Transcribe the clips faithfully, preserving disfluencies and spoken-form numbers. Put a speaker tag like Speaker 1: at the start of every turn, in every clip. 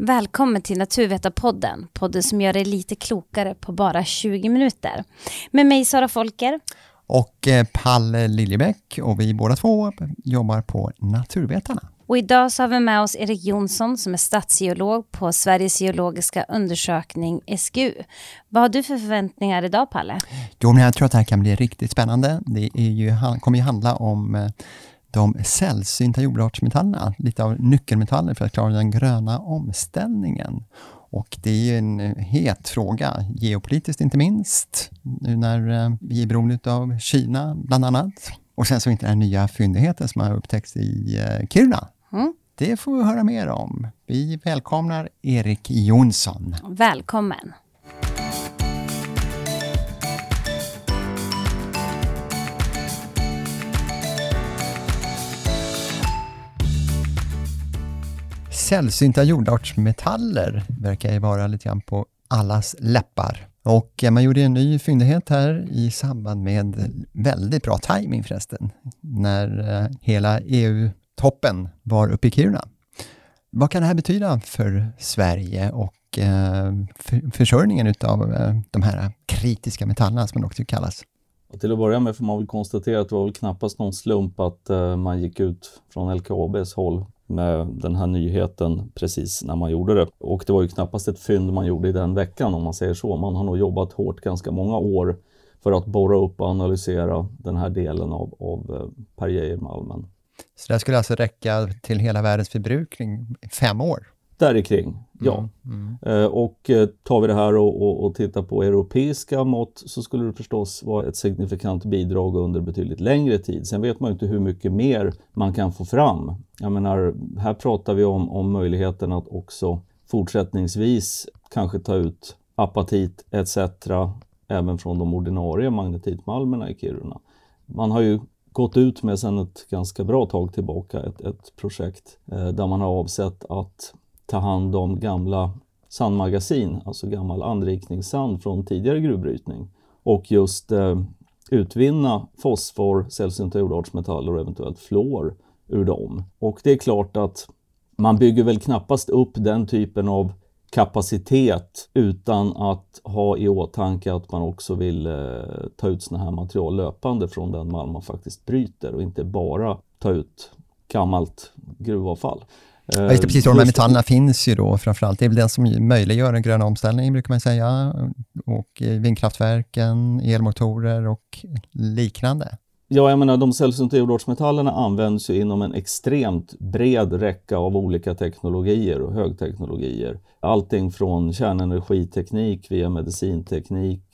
Speaker 1: Välkommen till Naturvetarpodden, podden som gör dig lite klokare på bara tjugo minuter. Med mig Sara Folker.
Speaker 2: Och Palle Liljebäck, och vi båda två jobbar på Naturvetarna.
Speaker 1: Och idag så har vi med oss Erik Jonsson som är stadsgeolog på Sveriges geologiska undersökning S G U. Vad har du för förväntningar idag, Palle?
Speaker 2: Jo, men jag tror att det här kan bli riktigt spännande. Det är ju, kommer ju handla om de sällsynta jordartsmetallerna, lite av nyckelmetaller för att klara den gröna omställningen. Och det är ju en het fråga, geopolitiskt inte minst, nu när vi är beroende av Kina bland annat. Och sen så inte den nya fyndigheten som har upptäckts i Kiruna. Mm. Det får vi höra mer om. Vi välkomnar Erik Jonsson.
Speaker 1: Välkommen.
Speaker 2: Sällsynta jordartsmetaller verkar ju vara lite grann på allas läppar. Och man gjorde en ny fyndighet här i samband med väldigt bra timing förresten. När hela E U-toppen var uppe i Kiruna. Vad kan det här betyda för Sverige och försörjningen av de här kritiska metallerna som man också kallas?
Speaker 3: Och till att börja med får man väl konstatera att det var väl knappast någon slump att man gick ut från L K A B:s håll med den här nyheten precis när man gjorde det. Och det var ju knappast ett fynd man gjorde i den veckan, om man säger så. Man har nog jobbat hårt ganska många år för att borra upp och analysera den här delen av, av Per Geijer-malmen.
Speaker 2: Så det skulle alltså räcka till hela världens förbrukning fem år?
Speaker 3: Där är kring, ja. Mm, mm. Och tar vi det här och, och, och tittar på europeiska mått, så skulle det förstås vara ett signifikant bidrag under betydligt längre tid. Sen vet man ju inte hur mycket mer man kan få fram. Jag menar, här pratar vi om, om möjligheten att också fortsättningsvis kanske ta ut apatit et cetera även från de ordinarie magnetitmalmerna i Kiruna. Man har ju gått ut med sedan ett ganska bra tag tillbaka ett, ett projekt eh, där man har avsett att ta hand om gamla sandmagasin, alltså gammal anrikningssand från tidigare gruvbrytning, och just eh, utvinna fosfor, sällsynta jordartsmetaller och eventuellt fluor ur dem. Och det är klart att man bygger väl knappast upp den typen av kapacitet utan att ha i åtanke att man också vill eh, ta ut såna här material löpande från den malm man faktiskt bryter och inte bara ta ut gammalt gruvavfall.
Speaker 2: Ja, just det, precis. De här metallerna finns ju då framförallt. Det är väl den som möjliggör en grön omställning, brukar man säga. Och vindkraftverken, elmotorer och liknande.
Speaker 3: Ja, jag menar, de sällsynta jordartsmetallerna används ju inom en extremt bred räcka av olika teknologier och högteknologier. Allting från kärnenergiteknik via medicinteknik,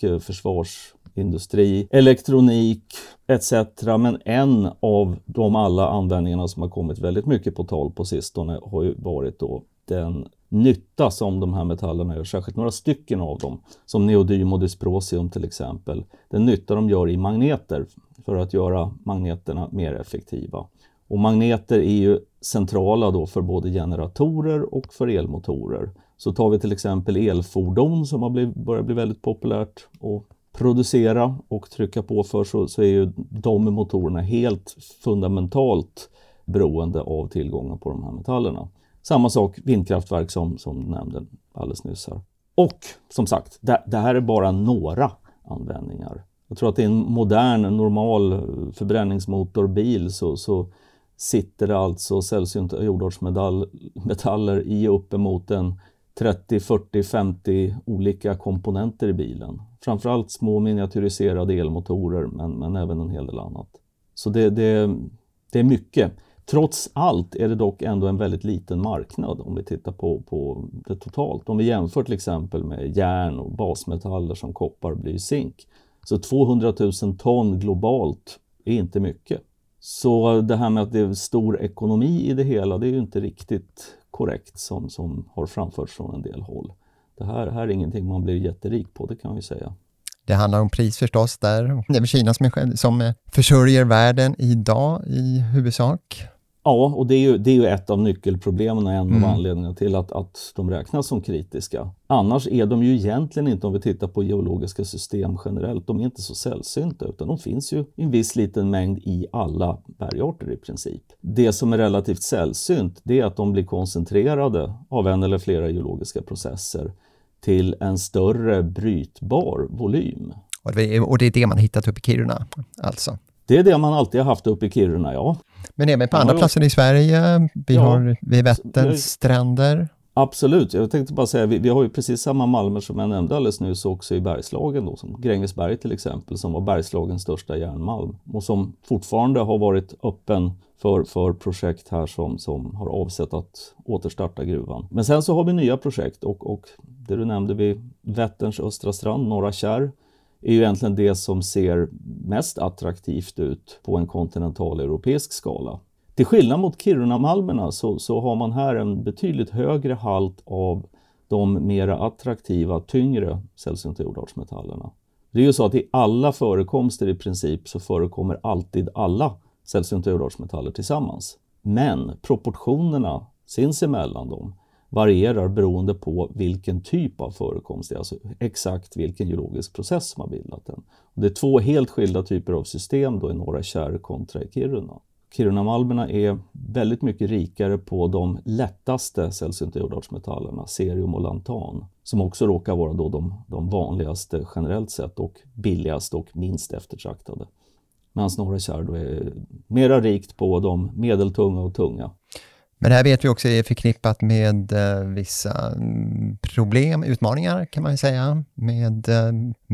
Speaker 3: försvarsindustri, elektronik et cetera. Men en av de alla användningarna som har kommit väldigt mycket på tal på sistone har ju varit då den nytta som de här metallerna gör, särskilt några stycken av dem, som neodym och dysprosium till exempel. Den nytta de gör i magneter för att göra magneterna mer effektiva. Och magneter är ju centrala då för både generatorer och för elmotorer. Så tar vi till exempel elfordon som har blivit, börjat bli väldigt populärt att producera och trycka på för, så, så är ju de motorerna helt fundamentalt beroende av tillgången på de här metallerna. Samma sak vindkraftverk som, som du nämnde alldeles nyss här. Och som sagt, det, det här är bara några användningar. Jag tror att i en modern, normal förbränningsmotorbil så, så sitter det alltså sällsynta jordartsmetaller i uppemot en trettio, fyrtio, femtio olika komponenter i bilen. Framförallt små miniatyriserade elmotorer, men, men även en hel del annat. Så det, det, det är mycket. Trots allt är det dock ändå en väldigt liten marknad om vi tittar på, på det totalt. Om vi jämför till exempel med järn och basmetaller som koppar, bly, zink. Så tvåhundratusen ton globalt är inte mycket. Så det här med att det är stor ekonomi i det hela, det är ju inte riktigt korrekt som, som har framförts från en del håll. Det här, här är ingenting man blir jätterik på, det kan vi säga.
Speaker 2: Det handlar om pris förstås där. Det är väl Kina som, är, som försörjer världen idag i huvudsak.
Speaker 3: Ja, och det är ju, det är ju ett av nyckelproblemen och en
Speaker 2: Mm.
Speaker 3: av anledningarna till att, att de räknas som kritiska. Annars är de ju egentligen inte, om vi tittar på geologiska system generellt, de är inte så sällsynta, utan de finns ju i en viss liten mängd i alla bergarter i princip. Det som är relativt sällsynt, det är att de blir koncentrerade av en eller flera geologiska processer till en större brytbar volym.
Speaker 2: Och det är, och det är det man hittat upp i Kiruna alltså.
Speaker 3: Det är det man alltid har haft uppe i Kiruna, ja.
Speaker 2: Men även på
Speaker 3: Ja,
Speaker 2: andra
Speaker 3: men-
Speaker 2: platser i Sverige, vi
Speaker 3: Ja.
Speaker 2: har vid Vätterns
Speaker 3: Jag-
Speaker 2: stränder.
Speaker 3: Absolut, jag tänkte bara säga, vi, vi har ju precis samma malmer som jag nämnde alldeles nyss också i Bergslagen då, som Grängesberg till exempel, som var Bergslagens största järnmalm och som fortfarande har varit öppen för, för projekt här som, som har avsett att återstarta gruvan. Men sen så har vi nya projekt och, och det du nämnde vid Vätterns östra strand, Norra Kärr, är ju egentligen det som ser mest attraktivt ut på en kontinental europeisk skala. Till skillnad mot Kirunamalmerna så, så har man här en betydligt högre halt av de mera attraktiva, tyngre sällsynta jordartsmetallerna. Det är ju så att i alla förekomster i princip så förekommer alltid alla sällsynta jordartsmetaller tillsammans. Men proportionerna sinsemellan dem varierar beroende på vilken typ av förekomst det är, alltså exakt vilken geologisk process som har bildat den. Och det är två helt skilda typer av system då i Norra Kärr kontra i Kiruna. Kirunamalmerna är väldigt mycket rikare på de lättaste sällsynta jordartsmetallerna, cerium och lantan, som också råkar vara då de, de vanligaste generellt sett och billigaste och minst eftertraktade. Medan Norra Kärr då är mera rikt på de medeltunga och tunga.
Speaker 2: Men det här vet vi också är förknippat med eh, vissa mm, problem, utmaningar kan man ju säga, med eh,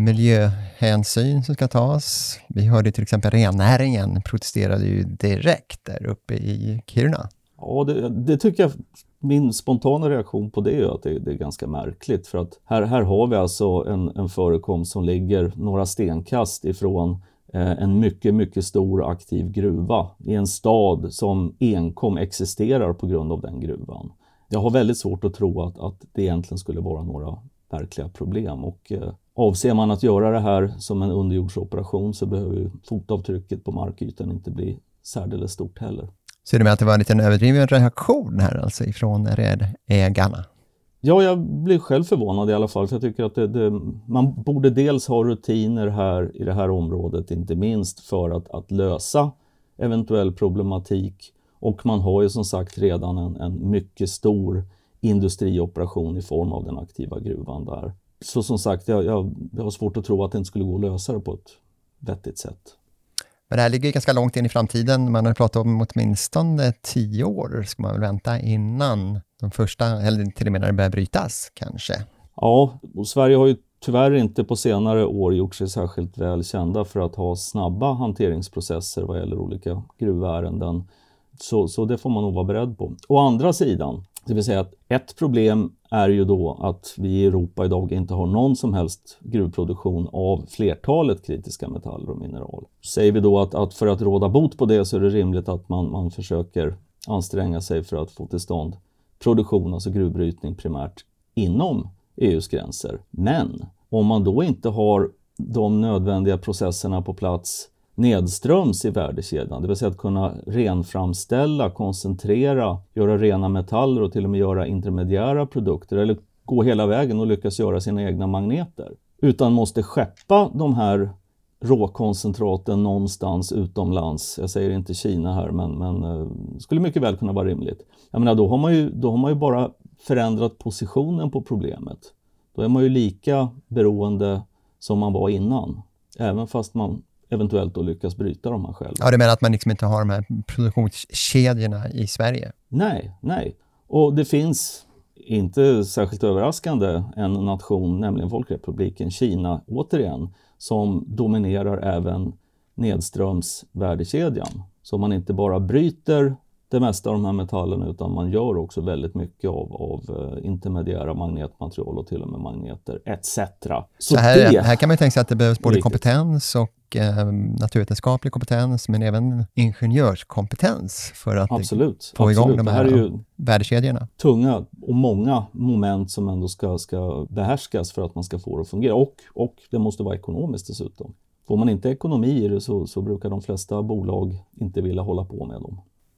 Speaker 2: miljöhänsyn som ska tas. Vi hörde till exempel rennäringen protesterade ju direkt där uppe i Kiruna.
Speaker 3: Ja, det, det tycker jag, min spontana reaktion på det är att det, det är ganska märkligt. För att här, här har vi alltså en, en förekomst som ligger några stenkast ifrån en mycket, mycket stor aktiv gruva i en stad som enkom existerar på grund av den gruvan. Jag har väldigt svårt att tro att, att det egentligen skulle vara några verkliga problem. Och eh, avser man att göra det här som en underjordsoperation så behöver ju fotavtrycket på markytan inte bli särdeles stort heller.
Speaker 2: Så det med att det var en liten överdriven reaktion här alltså ifrån redägarna?
Speaker 3: Ja, jag blir själv förvånad i alla fall, för jag tycker att det, det, man borde dels ha rutiner här i det här området, inte minst för att, att lösa eventuell problematik. Och man har ju som sagt redan en, en mycket stor industrioperation i form av den aktiva gruvan där. Så som sagt, jag, jag, jag har svårt att tro att det inte skulle gå att lösa det på ett vettigt sätt.
Speaker 2: Men det här ligger ganska långt in i framtiden. Man har pratat om åtminstone tio år ska man väl vänta innan de första, eller till och med när det börjar brytas kanske.
Speaker 3: Ja, och Sverige har ju tyvärr inte på senare år gjort sig särskilt väl kända för att ha snabba hanteringsprocesser vad gäller olika gruvärenden. Så, så det får man nog vara beredd på. Å andra sidan, det vill säga att ett problem är ju då att vi i Europa idag inte har någon som helst gruvproduktion av flertalet kritiska metaller och mineral. Säger vi då att, att för att råda bot på det så är det rimligt att man, man försöker anstränga sig för att få till stånd produktion, alltså gruvbrytning primärt inom E U:s gränser. Men om man då inte har de nödvändiga processerna på plats nedströms i värdekedjan, det vill säga att kunna renframställa, koncentrera, göra rena metaller och till och med göra intermediära produkter eller gå hela vägen och lyckas göra sina egna magneter. Utan måste skeppa de här råkoncentraten någonstans utomlands. Jag säger inte Kina här, men, men uh, skulle mycket väl kunna vara rimligt. Jag menar, då har man ju, då har man ju bara förändrat positionen på problemet. Då är man ju lika beroende som man var innan. Även fast man eventuellt då lyckas bryta dem här själv.
Speaker 2: Ja, det menar att man liksom inte har de här produktionskedjorna i Sverige.
Speaker 3: Nej, nej. Och det finns, inte särskilt överraskande, en nation, nämligen Folkrepubliken Kina, återigen, som dominerar även nedströms värdekedjan. Så man inte bara bryter det mesta av de här metallerna utan man gör också väldigt mycket av, av intermediära magnetmaterial och till och med magneter et cetera.
Speaker 2: Så, Så här, det, här kan man tänka sig att det behövs både riktigt. kompetens och eh, naturvetenskaplig kompetens men även ingenjörskompetens för att
Speaker 3: absolut,
Speaker 2: få
Speaker 3: absolut.
Speaker 2: igång de här, här värdekedjorna.
Speaker 3: Tunga och många moment som ändå ska, ska behärskas för att man ska få det att fungera och, och det måste vara ekonomiskt dessutom. Får man inte ekonomi i det så, så brukar de flesta bolag inte vilja hålla på med dem.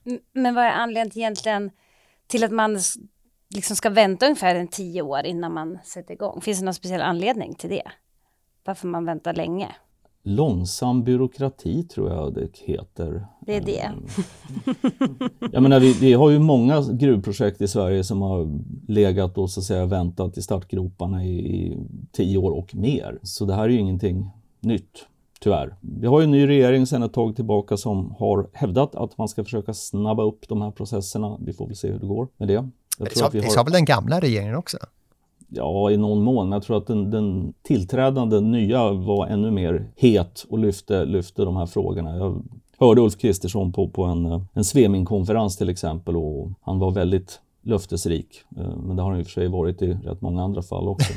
Speaker 1: Men vad är anledningen egentligen till att man liksom ska vänta ungefär en tio år innan man sätter igång? Finns det någon speciell anledning till det? Varför man väntar länge?
Speaker 3: Långsam byråkrati tror jag det heter.
Speaker 1: Det är det.
Speaker 3: Jag menar, vi, vi har ju många gruvprojekt i Sverige som har legat och så att säga väntat i startgroparna i, i tio år och mer. Så det här är ju ingenting nytt, tyvärr. Vi har ju en ny regering sedan ett tag tillbaka som har hävdat att man ska försöka snabba upp de här processerna. Vi får väl se hur det går med det. Jag
Speaker 2: det sa, vi har... det sa väl den gamla regeringen också?
Speaker 3: Ja, i någon mån. Men jag tror att den, den tillträdande nya var ännu mer het och lyfte, lyfte de här frågorna. Jag hörde Ulf Kristersson på, på en, en Svemin-konferens till exempel och han var väldigt löftesrik. Men det har han i och för sig varit i rätt många andra fall också.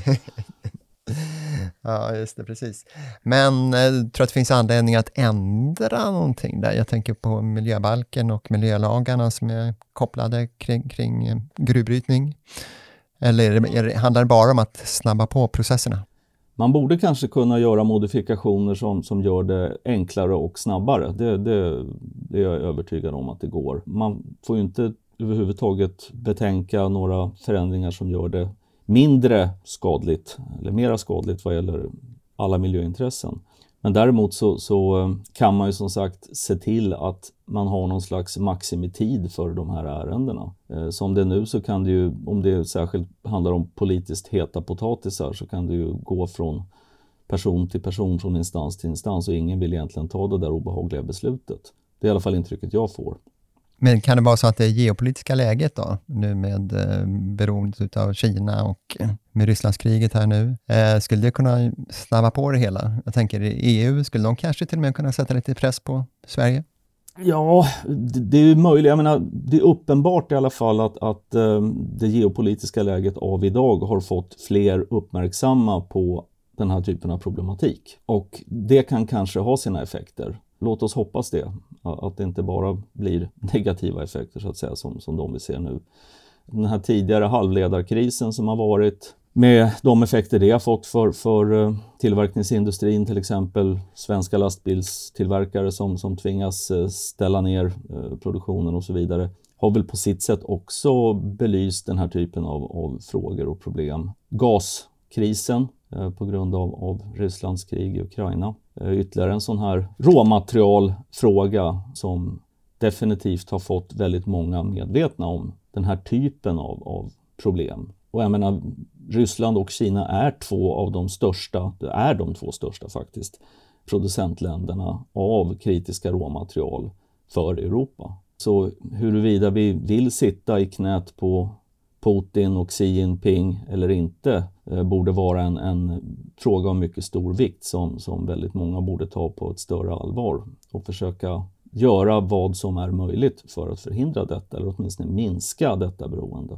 Speaker 2: Ja, just det, precis. Men jag eh, tror att det finns anledning att ändra någonting där. Jag tänker på miljöbalken och miljölagarna som är kopplade kring, kring eh, gruvbrytning. Eller är det, är det, handlar det bara om att snabba på processerna?
Speaker 3: Man borde kanske kunna göra modifikationer som, som gör det enklare och snabbare. Det, det, det är jag övertygad om att det går. Man får ju inte överhuvudtaget betänka några förändringar som gör det mindre skadligt eller mera skadligt vad gäller alla miljöintressen. Men däremot så, så kan man ju som sagt se till att man har någon slags maximitid för de här ärendena. Eh, som det är nu så kan det ju, om det särskilt handlar om politiskt heta potatisar, så kan det ju gå från person till person, från instans till instans och ingen vill egentligen ta det där obehagliga beslutet. Det är i alla fall intrycket jag får.
Speaker 2: Men kan det vara så att det geopolitiska läget då, nu med eh, beroendet av Kina och eh, med Rysslandskriget här nu, eh, skulle det kunna snabba på det hela? Jag tänker E U, skulle de kanske till och med kunna sätta lite press på Sverige?
Speaker 3: Ja, det, det är ju möjligt. Jag menar, det är uppenbart i alla fall att, att eh, det geopolitiska läget av idag har fått fler uppmärksamma på den här typen av problematik. Och det kan kanske ha sina effekter. Låt oss hoppas det. Att det inte bara blir negativa effekter så att säga som, som de vi ser nu. Den här tidigare halvledarkrisen som har varit med de effekter det har fått för, för tillverkningsindustrin, till exempel svenska lastbilstillverkare som, som tvingas ställa ner produktionen och så vidare, har väl på sitt sätt också belyst den här typen av, av frågor och problem. Gaskrisen på grund av, av Rysslands krig i Ukraina. Ytterligare en sån här råmaterialfråga som definitivt har fått väldigt många medvetna om den här typen av, av problem. Och jag menar, Ryssland och Kina är två av de största, det är de två största faktiskt, producentländerna av kritiska råmaterial för Europa. Så huruvida vi vill sitta i knät på Putin och Xi Jinping eller inte eh, borde vara en, en fråga av mycket stor vikt som, som väldigt många borde ta på ett större allvar och försöka göra vad som är möjligt för att förhindra detta eller åtminstone minska detta beroende.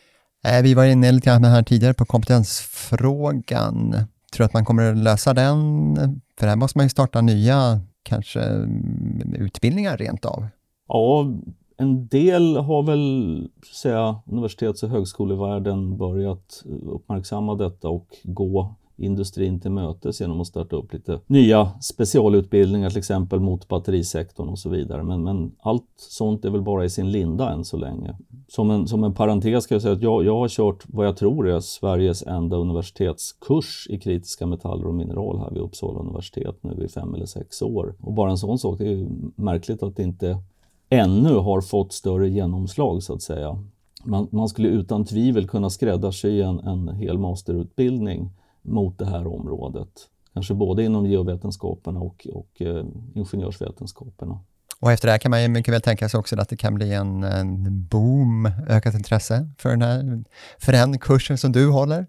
Speaker 2: Eh, vi var inne lite grann här tidigare på kompetensfrågan. Tror du att man kommer att lösa den? För här måste man ju starta nya kanske utbildningar rent av.
Speaker 3: Ja, en del har väl säga, universitets- och högskolevärlden börjat uppmärksamma detta och gå industrin till mötes genom att starta upp lite nya specialutbildningar, till exempel mot batterisektorn och så vidare. Men, men allt sånt är väl bara i sin linda än så länge. Som en, som en parentes ska jag säga att jag, jag har kört vad jag tror är Sveriges enda universitetskurs i kritiska metaller och mineral här vid Uppsala universitet nu i fem eller sex år. Och bara en sån sak, det är ju märkligt att det inte ännu har fått större genomslag så att säga. Man, man skulle utan tvivel kunna skräddarsy en, en hel masterutbildning mot det här området. Kanske både inom geovetenskaperna och, och eh, ingenjörsvetenskaperna.
Speaker 2: Och efter det här kan man ju mycket väl tänka sig också att det kan bli en, en boom, ökat intresse för den här för den kursen som du håller.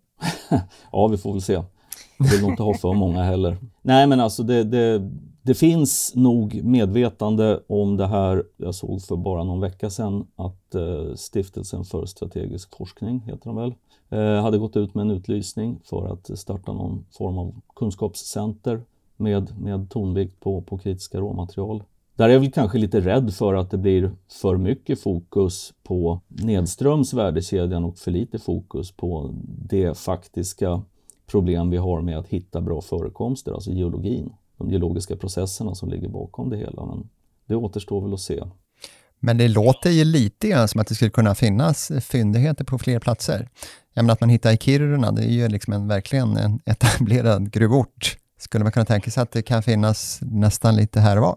Speaker 3: Ja, vi får väl se. Jag vill nog inte ha för många heller. Nej, men alltså det, det, det finns nog medvetande om det här. Jag såg för bara någon vecka sedan att eh, Stiftelsen för strategisk forskning, heter de väl, eh, hade gått ut med en utlysning för att starta någon form av kunskapscenter med, med tonvikt på, på kritiska råmaterial. Där är jag väl kanske lite rädd för att det blir för mycket fokus på nedströms värdekedjan och för lite fokus på det faktiska problem vi har med att hitta bra förekomster, alltså geologin, de geologiska processerna som ligger bakom det hela. Men det återstår väl att se.
Speaker 2: Men det låter ju lite grann som att det skulle kunna finnas fyndigheter på fler platser. Jag menar att man hittar i Kiruna, det är ju liksom en, verkligen en etablerad gruvort. Skulle man kunna tänka sig att det kan finnas nästan lite här och var?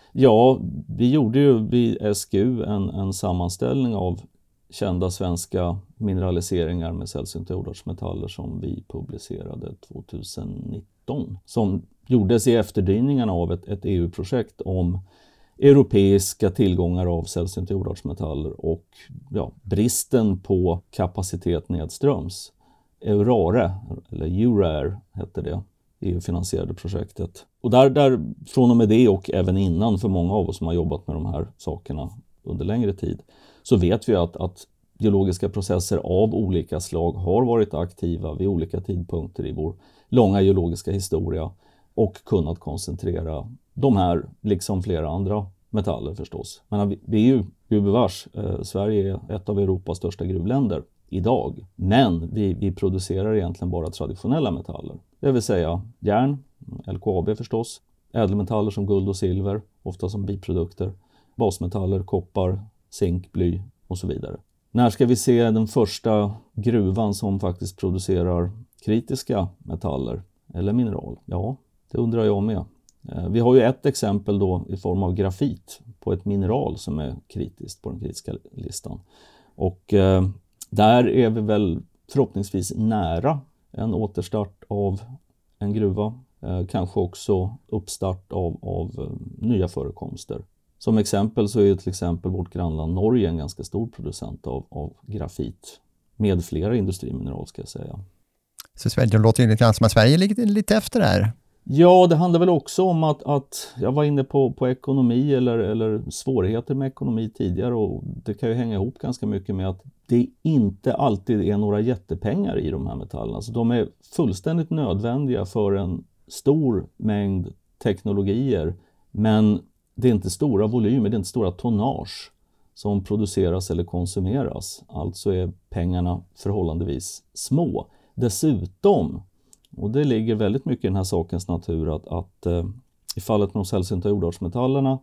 Speaker 3: Ja, vi gjorde ju vid S G U en, en sammanställning av kända svenska mineraliseringar med sällsynta jordartsmetaller som vi publicerade tjugonitton. Som gjordes i efterdyningarna av ett, ett E U-projekt om europeiska tillgångar av sällsynta jordartsmetaller och ja, bristen på kapacitet nedströms. Eurare, eller Eurare hette det, E U-finansierade projektet. Och där, där från och med det och även innan för många av oss som har jobbat med de här sakerna under längre tid, så vet vi att, att geologiska processer av olika slag har varit aktiva vid olika tidpunkter i vår långa geologiska historia och kunnat koncentrera de här, liksom flera andra metaller förstås. Men vi, vi är ju gubevars, eh, Sverige är ett av Europas största gruvländer idag. Men vi, vi producerar egentligen bara traditionella metaller. Det vill säga järn, L K A B förstås, ädelmetaller som guld och silver, ofta som biprodukter, basmetaller, koppar, zink, bly och så vidare. När ska vi se den första gruvan som faktiskt producerar kritiska metaller eller mineral? Ja, det undrar jag med. Vi har ju ett exempel då i form av grafit på ett mineral som är kritiskt på den kritiska listan. Och eh, där är vi väl förhoppningsvis nära en återstart av en gruva. Eh, kanske också uppstart av, av eh, nya förekomster. Som exempel så är till exempel vårt grannland Norge en ganska stor producent av, av grafit. Med flera industrimineral ska jag säga.
Speaker 2: Så Sverige, det låter ju lite grann som att Sverige ligger lite efter där.
Speaker 3: Ja, det handlar väl också om att, att jag var inne på, på ekonomi eller, eller svårigheter med ekonomi tidigare, och det kan ju hänga ihop ganska mycket med att det inte alltid är några jättepengar i de här metallerna. Så de är fullständigt nödvändiga för en stor mängd teknologier, men det är inte stora volymer, det är inte stora tonnage som produceras eller konsumeras. Alltså är pengarna förhållandevis små. Dessutom, och det ligger väldigt mycket i den här sakens natur, att, att eh, i fallet med de sällsynta jordartsmetallerna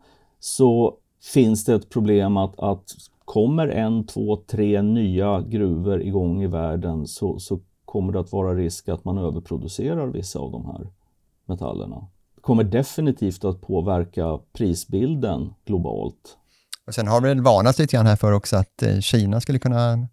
Speaker 3: så finns det ett problem att, att kommer en, två, tre nya gruvor igång i världen så, så kommer det att vara risk att man överproducerar vissa av de här metallerna. Det kommer definitivt att påverka prisbilden globalt.
Speaker 2: Och sen har vi väl varnat lite grann här för också att Kina skulle kunna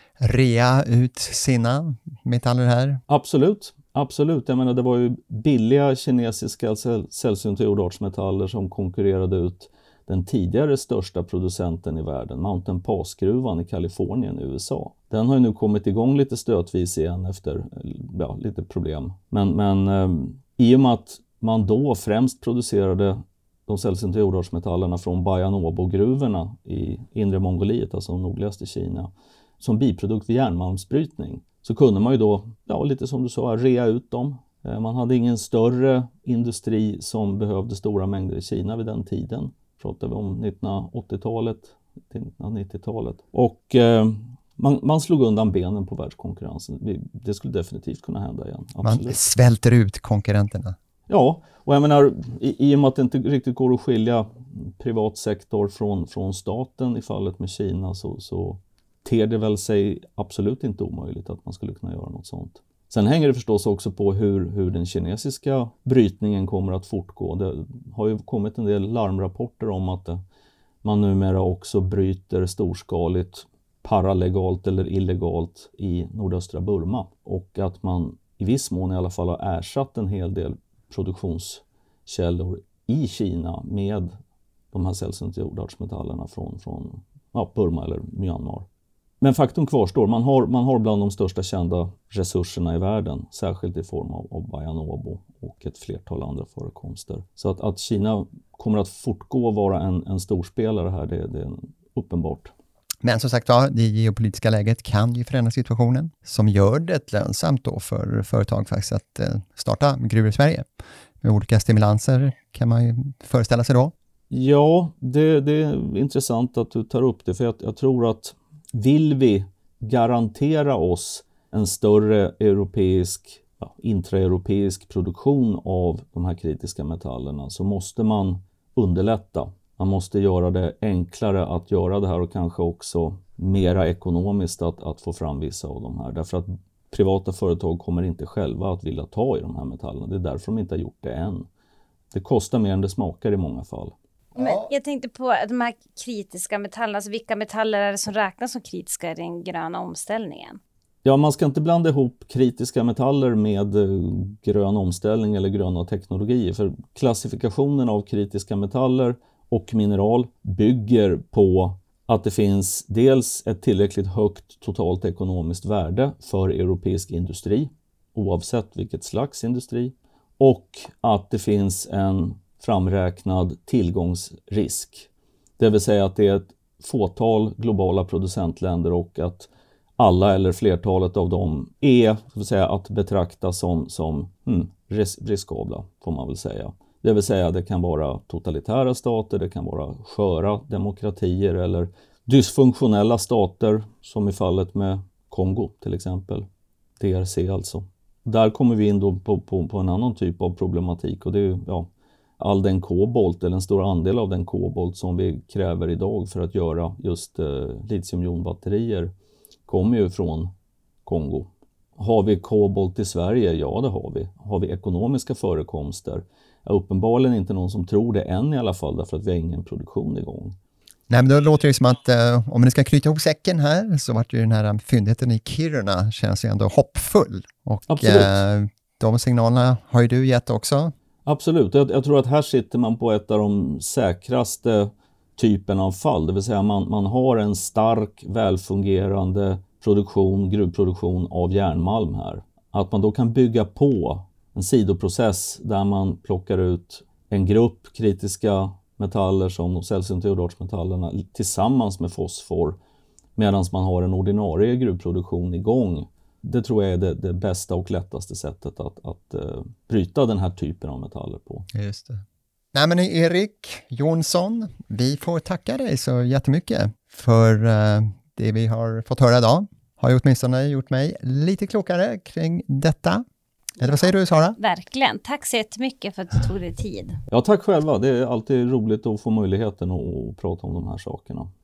Speaker 2: rea ut sina metaller här.
Speaker 3: Absolut. Absolut, jag menar det var ju billiga kinesiska sällsynta jordartsmetaller som konkurrerade ut den tidigare största producenten i världen, Mountain Pass-gruvan i Kalifornien i U S A. Den har ju nu kommit igång lite stötvis igen efter ja, lite problem. Men, men eh, i och med att man då främst producerade de sällsynta jordartsmetallerna från Bayan Obo-gruvorna i inre Mongoliet, alltså nordligaste Kina, som biprodukt vid järnmalmsbrytning, så kunde man ju då, ja, lite som du sa, rea ut dem. Man hade ingen större industri som behövde stora mängder i Kina vid den tiden. Pratar vi om nittonhundraåttiotalet till nittonnittiotalet. Och eh, man, man slog undan benen på världskonkurrensen. Det skulle definitivt kunna hända igen. Absolut.
Speaker 2: Man svälter ut konkurrenterna.
Speaker 3: Ja, och jag menar, i, i och med att det inte riktigt går att skilja privat sektor från, från staten i fallet med Kina, så, så ter det väl sig absolut inte omöjligt att man skulle kunna göra något sånt. Sen hänger det förstås också på hur, hur den kinesiska brytningen kommer att fortgå. Det har ju kommit en del larmrapporter om att det, man numera också bryter storskaligt, paralegalt eller illegalt i nordöstra Burma. Och att man i viss mån i alla fall har ersatt en hel del produktionskällor i Kina med de här sällsynta jordartsmetallerna från, från ja, Burma eller Myanmar. Men faktum kvarstår, man har, man har bland de största kända resurserna i världen, särskilt i form av, av Bayan Obo och ett flertal andra förekomster. Så att, att Kina kommer att fortgå och vara en, en stor spelare här, det, det är uppenbart.
Speaker 2: Men som sagt, ja, det geopolitiska läget kan ju förändra situationen, som gör det lönsamt då för företag faktiskt att eh, starta gruvor i Sverige. Med olika stimulanser kan man ju föreställa sig då.
Speaker 3: Ja, det, det är intressant att du tar upp det, för jag, jag tror att vill vi garantera oss en större europeisk, ja, intraeuropeisk produktion av de här kritiska metallerna, så måste man underlätta Man måste göra det enklare att göra det här och kanske också mera ekonomiskt att, att få fram vissa av de här. Därför att privata företag kommer inte själva att vilja ta i de här metallerna. Det är därför de inte har gjort det än. Det kostar mer än det smakar i många fall.
Speaker 1: Men jag tänkte på de här kritiska metallerna. Alltså vilka metaller är det som räknas som kritiska i den gröna omställningen?
Speaker 3: Ja, man ska inte blanda ihop kritiska metaller med grön omställning eller gröna teknologier. För klassifikationen av kritiska metaller och mineral bygger på att det finns dels ett tillräckligt högt totalt ekonomiskt värde för europeisk industri, oavsett vilket slags industri, och att det finns en framräknad tillgångsrisk. Det vill säga att det är ett fåtal globala producentländer och att alla eller flertalet av dem är så att, säga, att betrakta som, som hmm, riskabla, får man väl säga. Det vill säga det kan vara totalitära stater, det kan vara sköra demokratier eller dysfunktionella stater som i fallet med Kongo till exempel. D R C alltså. Där kommer vi in då på, på, på en annan typ av problematik och det är ju ja, all den kobolt eller en stor andel av den kobolt som vi kräver idag för att göra just eh, litiumjonbatterier kommer ju från Kongo. Har vi kobolt i Sverige? Ja, det har vi. Har vi ekonomiska förekomster? Ja, uppenbarligen inte någon som tror det än i alla fall, därför att vi har ingen produktion igång.
Speaker 2: Nej, men då låter det som att eh, om ni ska knyta ihop säcken här så vart ju den här fyndigheten i Kiruna känns ju ändå hoppfull. Och
Speaker 3: Absolut.
Speaker 2: Eh, de signalerna har ju du gett också.
Speaker 3: Absolut. Jag, jag tror att här sitter man på ett av de säkraste typen av fall. Det vill säga man, man har en stark, välfungerande produktion, gruvproduktion av järnmalm här. Att man då kan bygga på en sidoprocess där man plockar ut en grupp kritiska metaller som de sällsynta jordartsmetallerna tillsammans med fosfor medan man har en ordinarie gruvproduktion igång. Det tror jag är det, det bästa och lättaste sättet att, att uh, bryta den här typen av metaller på.
Speaker 2: Just det. Nej, men Erik Jonsson, vi får tacka dig så jättemycket för uh, det vi har fått höra idag. Har ju åtminstone gjort mig lite klokare kring detta. Eller vad säger du, Sara?
Speaker 1: Verkligen. Tack så jättemycket för att du tog dig tid.
Speaker 3: Ja, tack själva. Det är alltid roligt att få möjligheten att prata om de här sakerna.